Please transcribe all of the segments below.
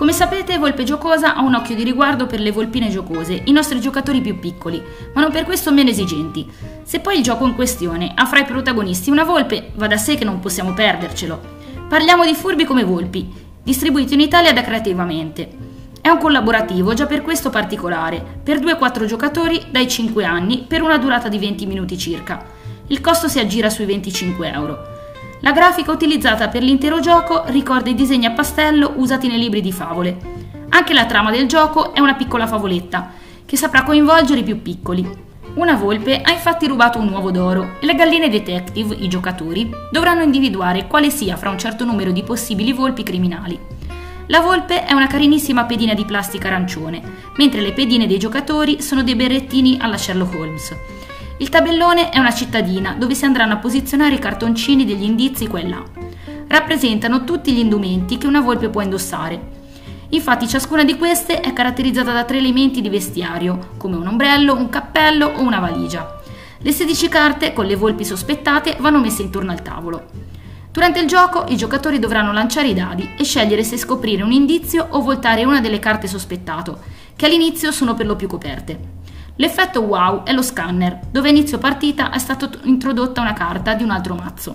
Come sapete, Volpe Giocosa ha un occhio di riguardo per le volpine giocose, i nostri giocatori più piccoli, ma non per questo meno esigenti. Se poi il gioco in questione ha fra i protagonisti una volpe, va da sé che non possiamo perdercelo. Parliamo di Furbi come Volpi, distribuito in Italia da Creativamente. È un collaborativo già per questo particolare, per 2-4 giocatori dai 5 anni per una durata di 20 minuti circa. Il costo si aggira sui 25 euro. La grafica utilizzata per l'intero gioco ricorda i disegni a pastello usati nei libri di favole. Anche la trama del gioco è una piccola favoletta, che saprà coinvolgere i più piccoli. Una volpe ha infatti rubato un uovo d'oro e le galline detective, i giocatori, dovranno individuare quale sia fra un certo numero di possibili volpi criminali. La volpe è una carinissima pedina di plastica arancione, mentre le pedine dei giocatori sono dei berrettini alla Sherlock Holmes. Il tabellone è una cittadina dove si andranno a posizionare i cartoncini degli indizi qua e là. Rappresentano tutti gli indumenti che una volpe può indossare. Infatti ciascuna di queste è caratterizzata da 3 elementi di vestiario, come un ombrello, un cappello o una valigia. Le 16 carte con le volpi sospettate vanno messe intorno al tavolo. Durante il gioco i giocatori dovranno lanciare i dadi e scegliere se scoprire un indizio o voltare una delle carte sospettato, che all'inizio sono per lo più coperte. L'effetto wow è lo scanner, dove a inizio partita è stata introdotta una carta di un altro mazzo.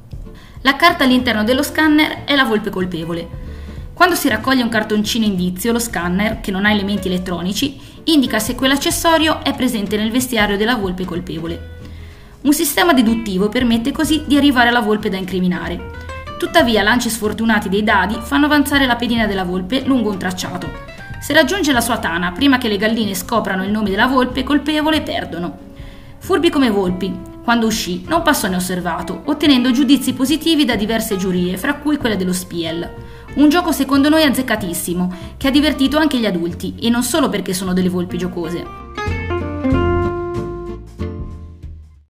La carta all'interno dello scanner è la volpe colpevole. Quando si raccoglie un cartoncino indizio, lo scanner, che non ha elementi elettronici, indica se quell'accessorio è presente nel vestiario della volpe colpevole. Un sistema deduttivo permette così di arrivare alla volpe da incriminare. Tuttavia, lanci sfortunati dei dadi fanno avanzare la pedina della volpe lungo un tracciato. Se raggiunge la sua tana prima che le galline scoprano il nome della volpe colpevole, perdono. Furbi come Volpi, quando uscì, non passò inosservato, ottenendo giudizi positivi da diverse giurie, fra cui quella dello Spiel. Un gioco secondo noi azzeccatissimo, che ha divertito anche gli adulti, e non solo perché sono delle volpi giocose.